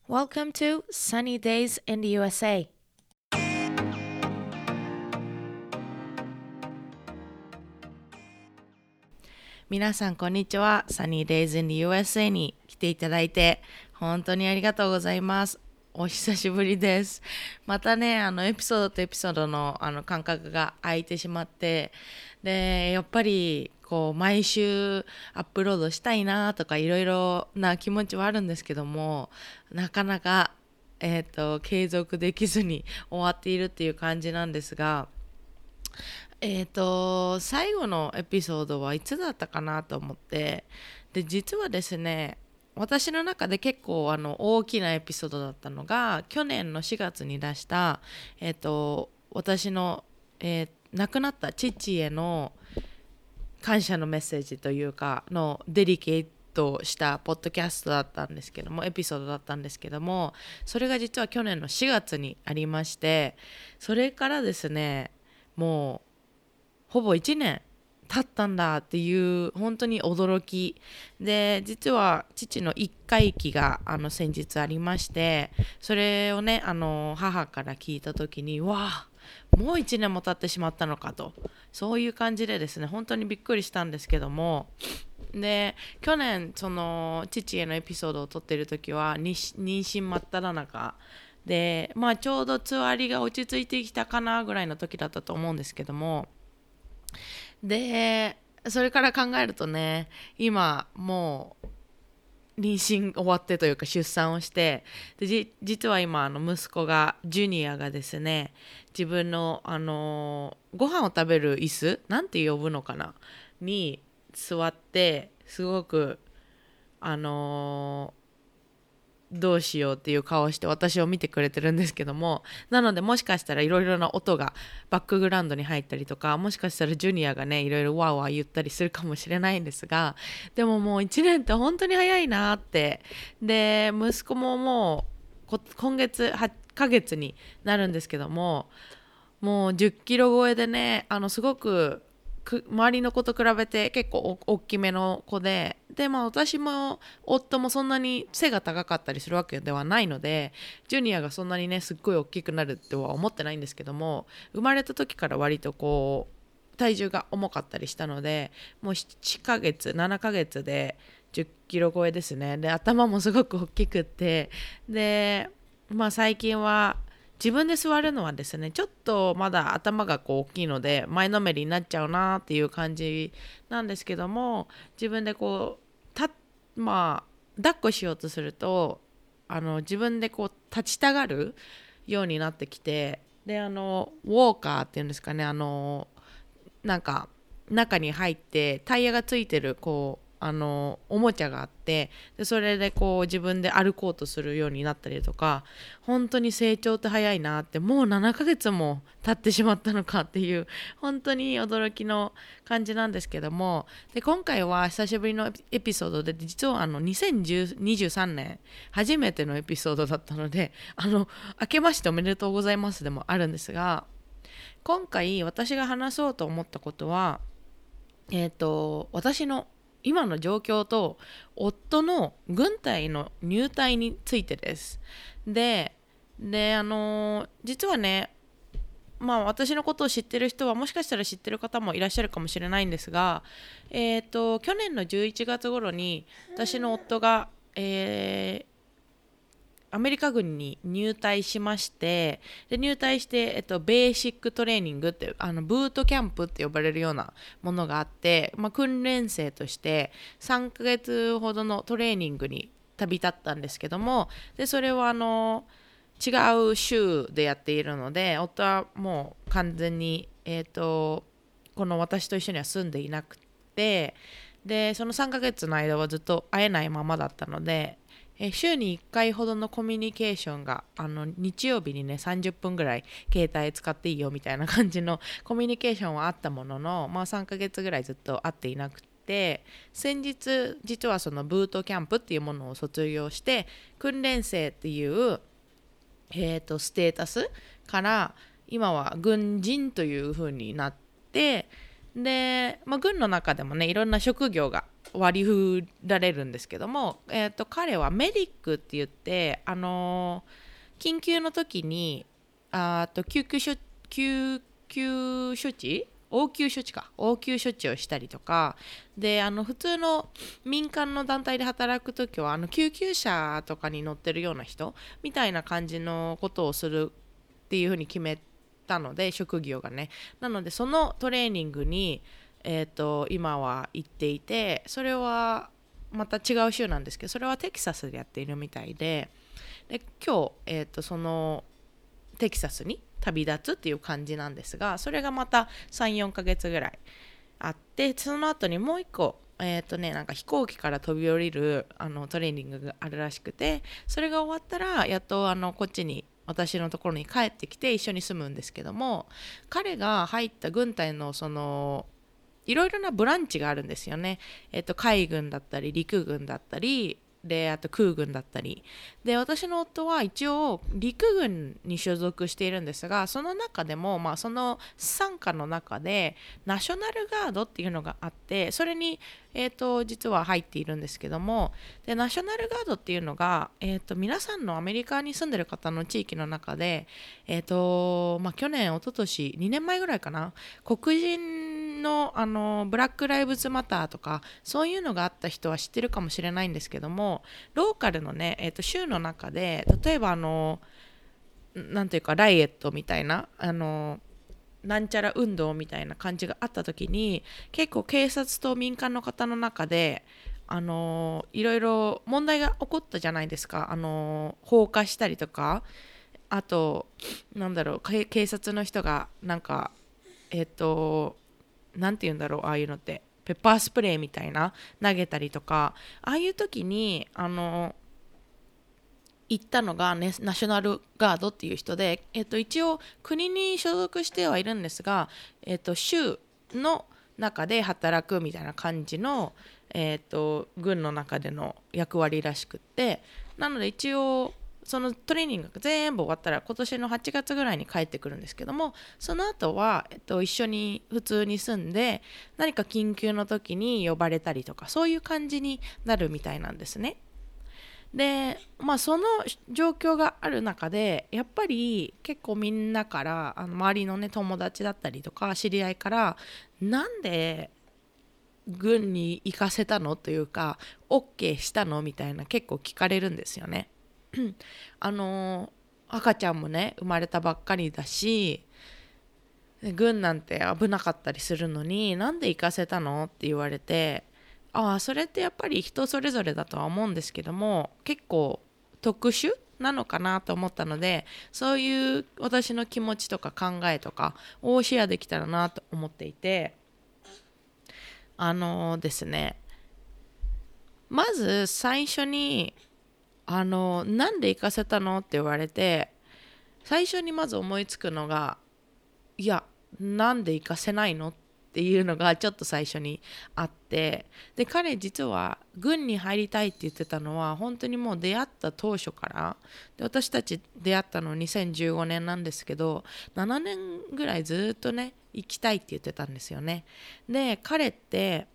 Welcome to Sunny Days in the USA。 皆さんこんにちは。 Sunny Days in the USA に来ていただいて本当にありがとうございます。お久しぶりです。またね、エピソードとエピソードの間隔が空いてしまって、でやっぱりこう毎週アップロードしたいなとかいろいろな気持ちはあるんですけども、なかなか継続できずに終わっているっていう感じなんですが、最後のエピソードはいつだったかなと思って、で実はですね、私の中で結構大きなエピソードだったのが去年の4月に出した、私の、亡くなった父への感謝のメッセージというかのデリケートしたポッドキャストだったんですけども、エピソードだったんですけども、それが実は去年の4月にありまして、それからですね、もうほぼ1年経ったんだっていう本当に驚きで、実は父の一回忌が先日ありまして、それをね母から聞いた時に、わあもう1年も経ってしまったのかと、そういう感じでですね、本当にびっくりしたんですけども、で去年その父へのエピソードを撮ってる時は妊娠真っ只中で、ちょうどつわりが落ち着いてきたかなぐらいの時だったと思うんですけども、でそれから考えるとね、今もう妊娠終わってというか出産をして、で実は今息子がジュニアがですね、自分のご飯を食べる椅子なんて呼ぶのかなに座って、すごくあのどうしようっていう顔をして私を見てくれてるんですけども、なのでもしかしたらいろいろな音がバックグラウンドに入ったりとか、もしかしたらジュニアがねいろいろワーワー言ったりするかもしれないんですが、でももう1年って本当に早いなって。で息子ももう今月8ヶ月になるんですけども、もう10キロ超えでね、すごく周りの子と比べて結構大きめの子で、私も夫もそんなに背が高かったりするわけではないので、ジュニアがそんなにねすっごい大きくなるとは思ってないんですけども、生まれた時から割とこう体重が重かったりしたので、もう7ヶ月7ヶ月で10キロ超えですね。で頭もすごく大きくって、で最近は自分で座るのはですね、ちょっとまだ頭がこう大きいので前のめりになっちゃうなっていう感じなんですけども、自分でこう抱っこしようとすると自分でこう立ちたがるようになってきて、でウォーカーっていうんですかね、なんか中に入ってタイヤがついてるこうおもちゃがあって、でそれでこう自分で歩こうとするようになったりとか、本当に成長って早いなって、もう7ヶ月も経ってしまったのかっていう本当に驚きの感じなんですけども、で今回は久しぶりのエピソードで、実は2023年初めてのエピソードだったので、明けましておめでとうございますでもあるんですが、今回私が話そうと思ったことは、私の今の状況と夫の軍隊の入隊についてです。で実はね、私のことを知ってる人はもしかしたら知ってる方もいらっしゃるかもしれないんですが、去年の11月頃に私の夫が、アメリカ軍に入隊しまして、で入隊して、ベーシックトレーニングってブートキャンプって呼ばれるようなものがあって、訓練生として3ヶ月ほどのトレーニングに旅立ったんですけども、でそれは違う州でやっているので、夫はもう完全に、この私と一緒には住んでいなくて、でその3ヶ月の間はずっと会えないままだったので、週に1回ほどのコミュニケーションが日曜日にね30分ぐらい携帯使っていいよみたいな感じのコミュニケーションはあったものの、3ヶ月ぐらいずっと会っていなくて、先日実はそのブートキャンプっていうものを卒業して訓練生っていう、ステータスから今は軍人という風になって、で、軍の中でもねいろんな職業が割り振られるんですけども、彼はメディックって言って、緊急の時に救急処置応急処置か応急処置をしたりとかで、普通の民間の団体で働く時は救急車とかに乗ってるような人みたいな感じのことをするっていうふうに決めたので、職業がね。なのでそのトレーニングに、今は行っていて、それはまた違う州なんですけど、それはテキサスでやっているみたいで今日、そのテキサスに旅立つっていう感じなんですが、それがまた 3,4 ヶ月ぐらいあって、その後にもう一個なんか飛行機から飛び降りるトレーニングがあるらしくて、それが終わったらやっとこっちに私のところに帰ってきて一緒に住むんですけども、彼が入った軍隊のそのいろいろなブランチがあるんですよね。海軍だったり陸軍だったりで、あと空軍だったりで、私の夫は一応陸軍に所属しているんですが、その中でも、その傘下の中でナショナルガードっていうのがあって、それに、実は入っているんですけども、でナショナルガードっていうのが、皆さんのアメリカに住んでる方の地域の中で、去年一昨年2年前ぐらいかな、黒人の、ブラックライブズマターとかそういうのがあった人は知ってるかもしれないんですけども、ローカルのね、州の中で例えばなんていうかライエットみたいななんちゃら運動みたいな感じがあった時に、結構警察と民間の方の中でいろいろ問題が起こったじゃないですか。放火したりとか、あと警察の人がなんかなんて言うんだろう、ああいうのってペッパースプレーみたいな投げたりとか、ああいう時に行ったのが、ね、ナショナルガードっていう人で、一応国に所属してはいるんですが、州の中で働くみたいな感じの、軍の中での役割らしくって、なので一応そのトレーニングが全部終わったら今年の8月ぐらいに帰ってくるんですけども、その後は、一緒に普通に住んで、何か緊急の時に呼ばれたりとか、そういう感じになるみたいなんですね。でその状況がある中で、やっぱり結構みんなから周りのね友達だったりとか知り合いから、なんで軍に行かせたのというか OK したのみたいな結構聞かれるんですよね。赤ちゃんもね生まれたばっかりだし、軍なんて危なかったりするのになんで行かせたのって言われて、それってやっぱり人それぞれだとは思うんですけども、結構特殊なのかなと思ったので、そういう私の気持ちとか考えとかをシェアできたらなと思っていて、ですね、まず最初になんで行かせたのって言われて、最初にまず思いつくのが、いやなんで行かせないのっていうのがちょっと最初にあって、で彼実は軍に入りたいって言ってたのは本当にもう出会った当初から、で私たち出会ったの2015年なんですけど、7年ぐらいずっとね行きたいって言ってたんですよね。で彼って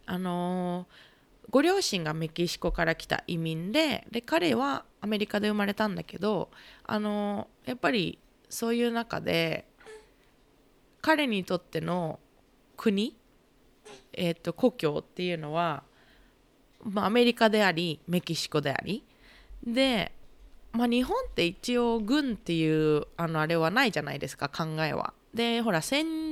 ご両親がメキシコから来た移民で彼はアメリカで生まれたんだけど、やっぱりそういう中で彼にとっての国、故郷っていうのは、アメリカでありメキシコでありで、日本って一応軍っていうあれはないじゃないですか、考えは。でほら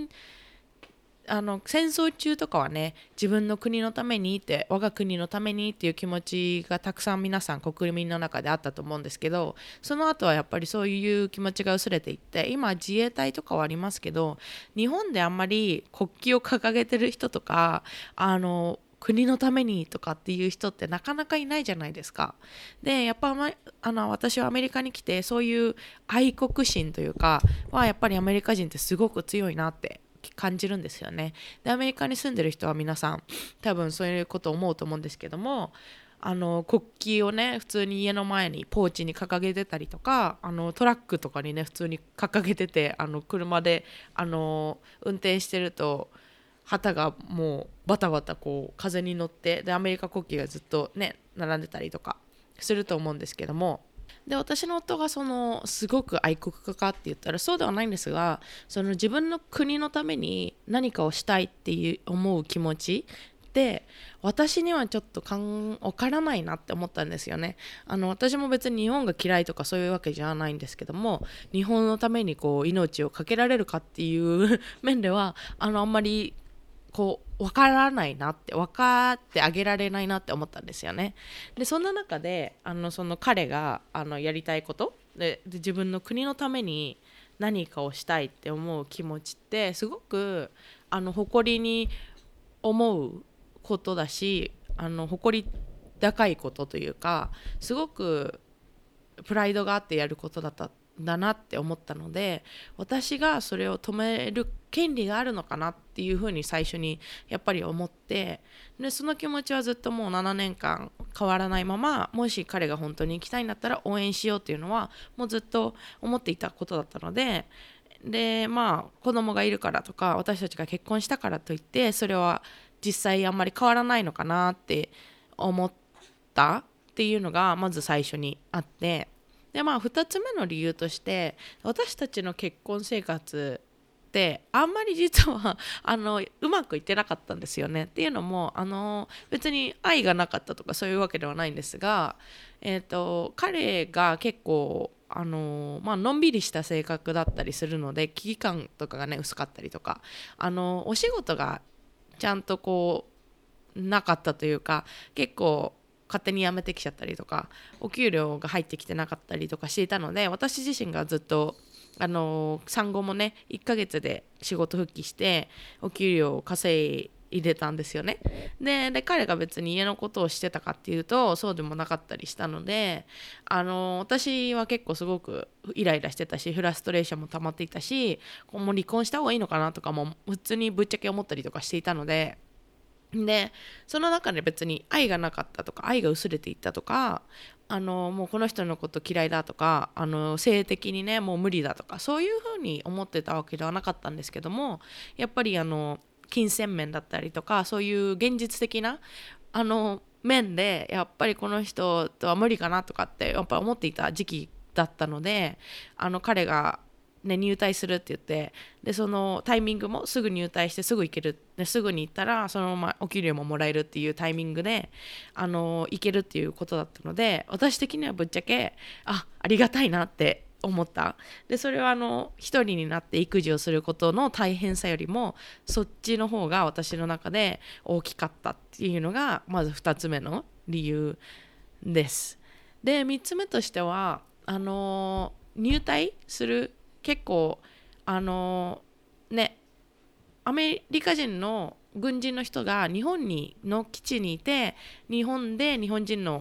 戦争中とかはね、自分の国のためにって我が国のためにっていう気持ちがたくさん皆さん国民の中であったと思うんですけど、その後はやっぱりそういう気持ちが薄れていって、今自衛隊とかはありますけど、日本であんまり国旗を掲げてる人とか国のためにとかっていう人ってなかなかいないじゃないですか。でやっぱ私はアメリカに来て、そういう愛国心というかはやっぱりアメリカ人ってすごく強いなって感じるんですよね。でアメリカに住んでる人は皆さん多分そういうことを思うと思うんですけども、国旗をね普通に家の前にポーチに掲げてたりとか、トラックとかにね普通に掲げてて、車で運転してると旗がもうバタバタこう風に乗って、でアメリカ国旗がずっとね並んでたりとかすると思うんですけども、で私の夫がすごく愛国家かって言ったらそうではないんですが、その自分の国のために何かをしたいっていう思う気持ちで私にはちょっとわからないなって思ったんですよね。私も別に日本が嫌いとかそういうわけじゃないんですけども、日本のためにこう命を懸けられるかっていう面ではあんまりこう分からないなって、分かってあげられないなって思ったんですよね。でそんな中でその彼がやりたいことで自分の国のために何かをしたいって思う気持ちってすごく誇りに思うことだし、誇り高いことというか、すごくプライドがあってやることだったんだなって思ったので、私がそれを止める権利があるのかなっていうふうに最初にやっぱり思って、でその気持ちはずっともう7年間変わらないまま、もし彼が本当に行きたいんだったら応援しようっていうのはもうずっと思っていたことだったので、まあ子供がいるからとか私たちが結婚したからといってそれは実際あんまり変わらないのかなって思ったっていうのがまず最初にあって、で2つ目の理由として、私たちの結婚生活ってあんまり実はうまくいってなかったんですよね。っていうのも別に愛がなかったとかそういうわけではないんですが、彼が結構のんびりした性格だったりするので、危機感とかがね薄かったりとか、お仕事がちゃんとこうなかったというか、結構勝手に辞めてきちゃったりとか、お給料が入ってきてなかったりとかしていたので、私自身がずっと産後もね1ヶ月で仕事復帰してお給料を稼いでたんですよね。で彼が別に家のことをしてたかっていうとそうでもなかったりしたので、私は結構すごくイライラしてたし、フラストレーションも溜まっていたし、もう離婚した方がいいのかなとかも普通にぶっちゃけ思ったりとかしていたので、その中で別に愛がなかったとか愛が薄れていったとか、もうこの人のこと嫌いだとか性的にねもう無理だとかそういうふうに思ってたわけではなかったんですけども、やっぱり金銭面だったりとかそういう現実的な面でやっぱりこの人とは無理かなとかってやっぱ思っていた時期だったので、彼がね、入隊するって言って、でそのタイミングもすぐ入隊してすぐ行ける、ですぐに行ったらそのままお給料ももらえるっていうタイミングで行けるっていうことだったので、私的にはぶっちゃけありがたいなって思った。でそれは一人になって育児をすることの大変さよりもそっちの方が私の中で大きかったっていうのがまず2つ目の理由です。で3つ目としては入隊する、結構ねアメリカ人の軍人の人が日本の基地にいて、日本で日本人の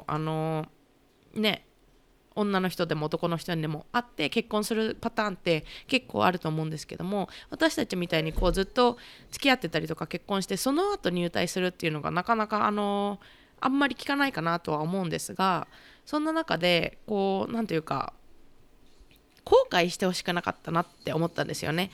女の人でも男の人でも会って結婚するパターンって結構あると思うんですけども、私たちみたいにこうずっと付き合ってたりとか結婚してその後入隊するっていうのがなかなかあんまり聞かないかなとは思うんですが、そんな中でこうなんていうか後悔してほしくなかったなって思ったんですよね。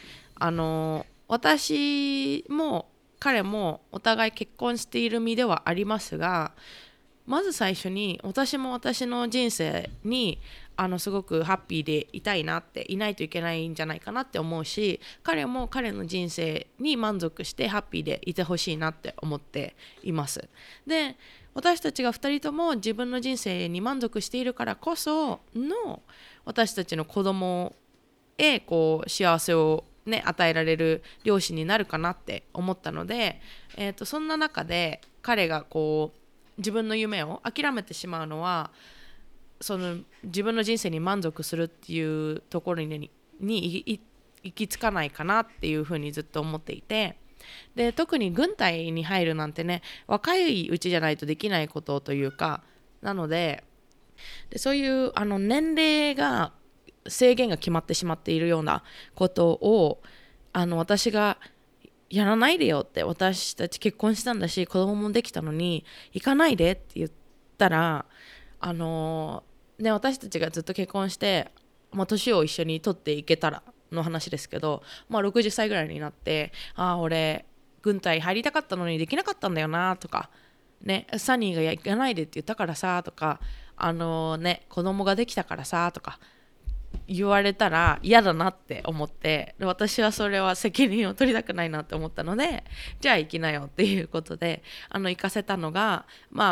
私も彼もお互い結婚している身ではありますが、まず最初に私も私の人生にすごくハッピーでいたいなって、いないといけないんじゃないかなって思うし、彼も彼の人生に満足してハッピーでいてほしいなって思っています。で私たちが2人とも自分の人生に満足しているからこその私たちの子供へこう幸せを、ね、与えられる両親になるかなって思ったので、そんな中で彼がこう自分の夢を諦めてしまうのは、その自分の人生に満足するっていうところに行き着かないかなっていうふうにずっと思っていて、で特に軍隊に入るなんてね若いうちじゃないとできないことというかなので、そういう年齢が制限が決まってしまっているようなことを私がやらないでよって、私たち結婚したんだし子供もできたのに行かないでって言ったら私たちがずっと結婚して、年を一緒に取っていけたらの話ですけど、60歳ぐらいになって俺軍隊入りたかったのにできなかったんだよなとかね、サニーが行かないでって言ったからさとか、子供ができたからさとか言われたら嫌だなって思って、私はそれは責任を取りたくないなって思ったので、じゃあ行きなよっていうことで行かせたのが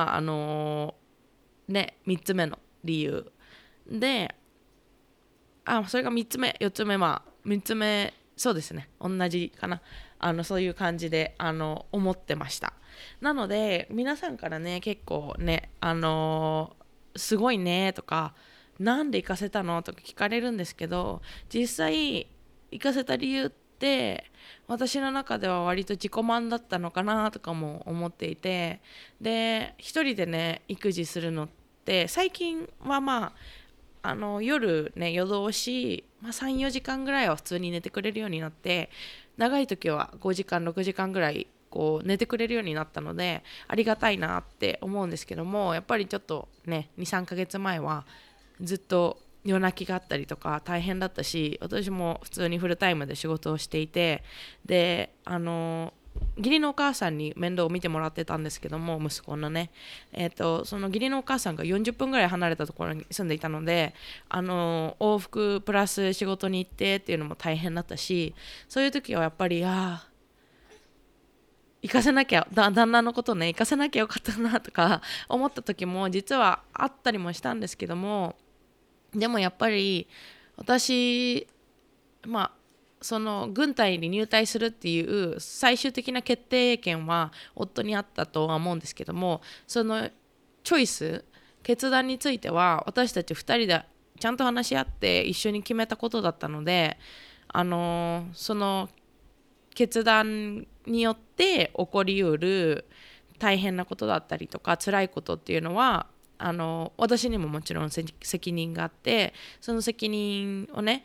3つ目の理由で、それが3つ目4つ目、3つ目そうですね、同じかな、そういう感じで思ってました。なので皆さんからね結構ねすごいねとかなんで行かせたのとか聞かれるんですけど、実際行かせた理由って私の中では割と自己満だったのかなとかも思っていて、で一人でね育児するのって最近は夜ね夜通し、3、4時間ぐらいは普通に寝てくれるようになって、長い時は5時間6時間ぐらいこう寝てくれるようになったのでありがたいなって思うんですけども、やっぱりちょっとね 2,3 ヶ月前はずっと夜泣きがあったりとか大変だったし、私も普通にフルタイムで仕事をしていて、で義理のお母さんに面倒を見てもらってたんですけども、息子のね、その義理のお母さんが40分ぐらい離れたところに住んでいたので、往復プラス仕事に行ってっていうのも大変だったし、そういう時はやっぱり行かせなきゃ旦那のことね行かせなきゃよかったなとか思った時も実はあったりもしたんですけども、でもやっぱり私その軍隊に入隊するっていう最終的な決定権は夫にあったとは思うんですけども、そのチョイス決断については私たち2人でちゃんと話し合って一緒に決めたことだったので、その決断によって起こりうる大変なことだったりとか辛いことっていうのは私にももちろん責任があって、その責任をね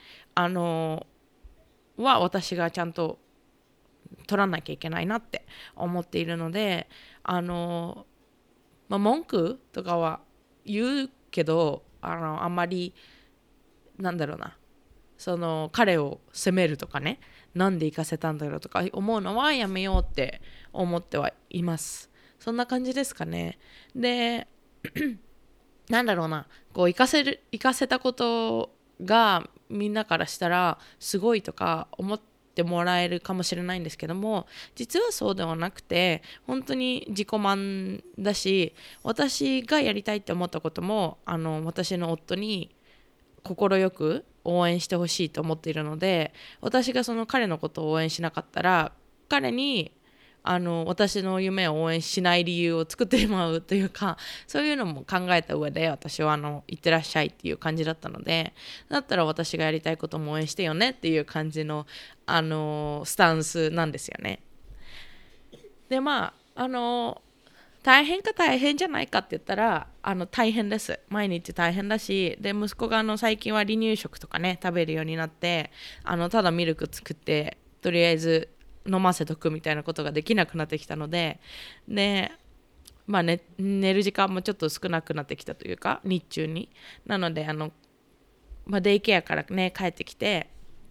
は私がちゃんと取らなきゃいけないなって思っているので、文句とかは言うけどあんまりその彼を責めるとかね、なんで行かせたんだろうとか思うのはやめようって思ってはいます。そんな感じですかね。でこう行かせたことがみんなからしたらすごいとか思ってもらえるかもしれないんですけども、実はそうではなくて本当に自己満だし、私がやりたいって思ったことも私の夫に快く応援してほしいと思っているので、私がその彼のことを応援しなかったら彼に私の夢を応援しない理由を作ってしまうというか、そういうのも考えた上で私は行ってらっしゃいっていう感じだったので、だったら私がやりたいことも応援してよねっていう感じのスタンスなんですよね。で大変か大変じゃないかって言ったら大変です。毎日大変だし、で息子が最近は離乳食とかね食べるようになって、ただミルク作ってとりあえず飲ませとくみたいなことができなくなってきたので、寝る時間もちょっと少なくなってきたというか日中に、なのでデイケアからね帰ってきて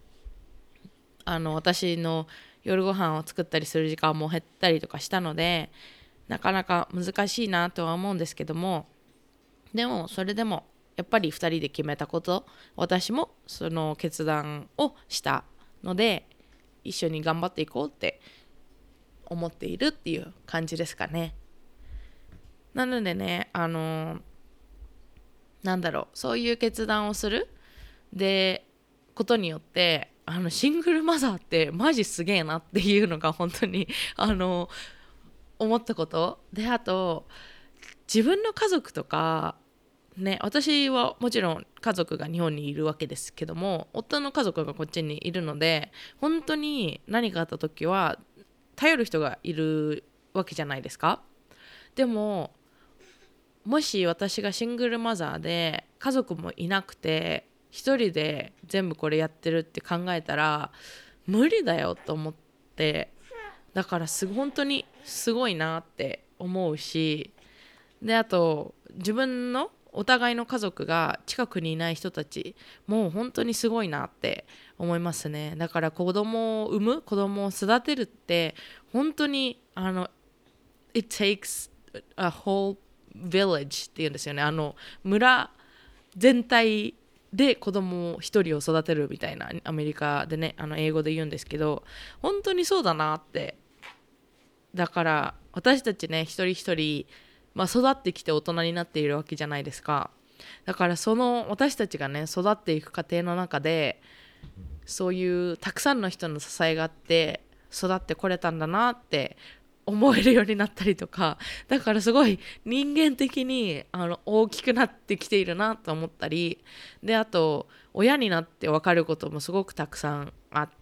私の夜ご飯を作ったりする時間も減ったりとかしたので、なかなか難しいなとは思うんですけども、でもそれでもやっぱり2人で決めたこと、私もその決断をしたので一緒に頑張っていこうって思っているっていう感じですかね。なのでねそういう決断をすることによってシングルマザーってマジすげえなっていうのが本当に思ったことで、あと自分の家族とかね、私はもちろん家族が日本にいるわけですけども、夫の家族がこっちにいるので本当に何かあった時は頼る人がいるわけじゃないですか。でももし私がシングルマザーで家族もいなくて一人で全部これやってるって考えたら無理だよと思って、だから本当にすごいなって思うし、であと自分のお互いの家族が近くにいない人たちもう本当にすごいなって思いますね。だから子供を育てるって本当にit takes a whole village っていうんですよね。村全体で子供を一人を育てるみたいな、アメリカでね英語で言うんですけど、本当にそうだなって。だから私たちね一人一人、育ってきて大人になっているわけじゃないですか。だからその私たちがね育っていく過程の中で、そういうたくさんの人の支えがあって育ってこれたんだなって思えるようになったりとか、だからすごい人間的に大きくなってきているなと思ったりで、あと親になって分かることもすごくたくさんあって、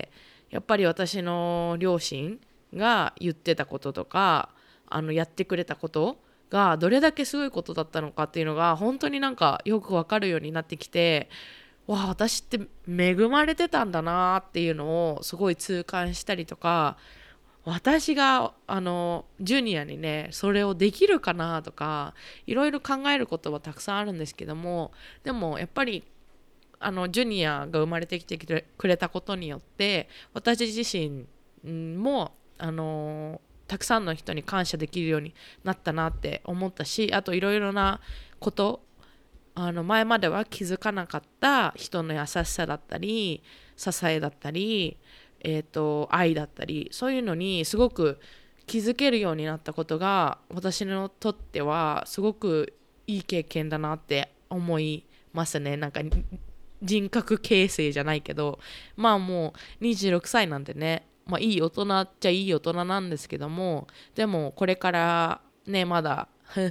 やっぱり私の両親が言ってたこととかやってくれたことがどれだけすごいことだったのかっていうのが本当になんかよく分かるようになってきて、わあ私って恵まれてたんだなっていうのをすごい痛感したりとか、私がジュニアにねそれをできるかなとかいろいろ考えることはたくさんあるんですけども、でもやっぱりジュニアが生まれてきてくれたことによって私自身もたくさんの人に感謝できるようになったなって思ったし、あといろいろなこと前までは気づかなかった人の優しさだったり支えだったり愛だったり、そういうのにすごく気づけるようになったことが私にとってはすごくいい経験だなって思いますね。なんか人格形成じゃないけど、もう26歳なんでね、いい大人っちゃいい大人なんですけども、でもこれからねまだ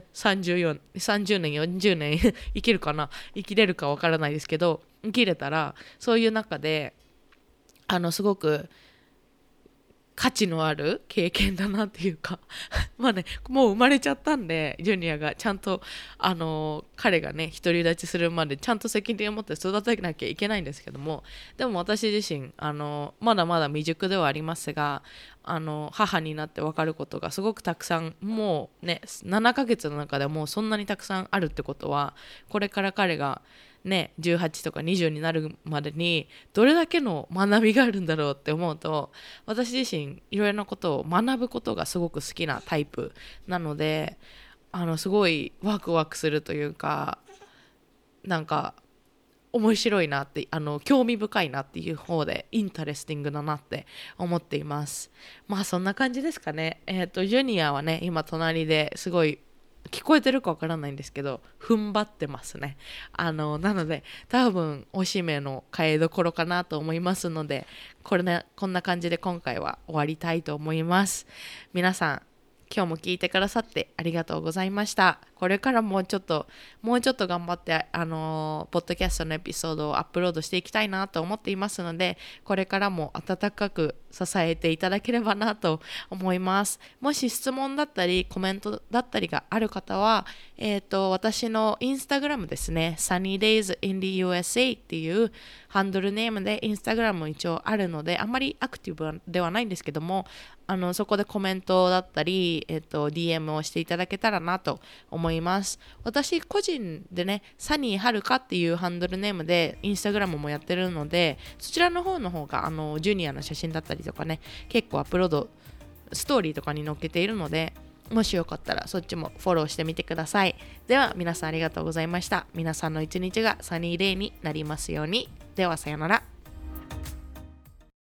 30年40年生きるかな、生きれるかわからないですけど、生きれたらそういう中ですごく価値のある経験だなっていうかもう生まれちゃったんで、ジュニアがちゃんと彼がね独り立ちするまでちゃんと責任を持って育てなきゃいけないんですけども、でも私自身まだまだ未熟ではありますが、母になって分かることがすごくたくさん、もうね7ヶ月の中でもうそんなにたくさんあるってことは、これから彼がね、18とか20になるまでにどれだけの学びがあるんだろうって思うと、私自身いろいろなことを学ぶことがすごく好きなタイプなので、すごいワクワクするというか、なんか面白いなって、興味深いなっていう方でインタレスティングだなって思っています。そんな感じですかね。ジュニアはね今隣ですごい聞こえてるかわからないんですけど踏ん張ってますね。なので多分おしめの替えどころかなと思いますので、こんな感じで今回は終わりたいと思います。皆さん今日も聞いてくださってありがとうございました。これからもうちょっと頑張ってポッドキャストのエピソードをアップロードしていきたいなと思っていますので、これからも温かく支えていただければなと思います。もし質問だったりコメントだったりがある方は、私のインスタグラムですね、Sunny Days in the USA っていうハンドルネームでインスタグラムも一応あるので、あんまりアクティブではないんですけども、そこでコメントだったり、DM をしていただけたらなと思います。私個人でね、サニーはるかっていうハンドルネームでインスタグラムもやってるので、そちらの方がジュニアの写真だったりとかね、結構アップロードストーリーとかに載っけているので、もしよかったらそっちもフォローしてみてください。では皆さんありがとうございました。皆さんの一日がサニーデイになりますように。ではさよなら。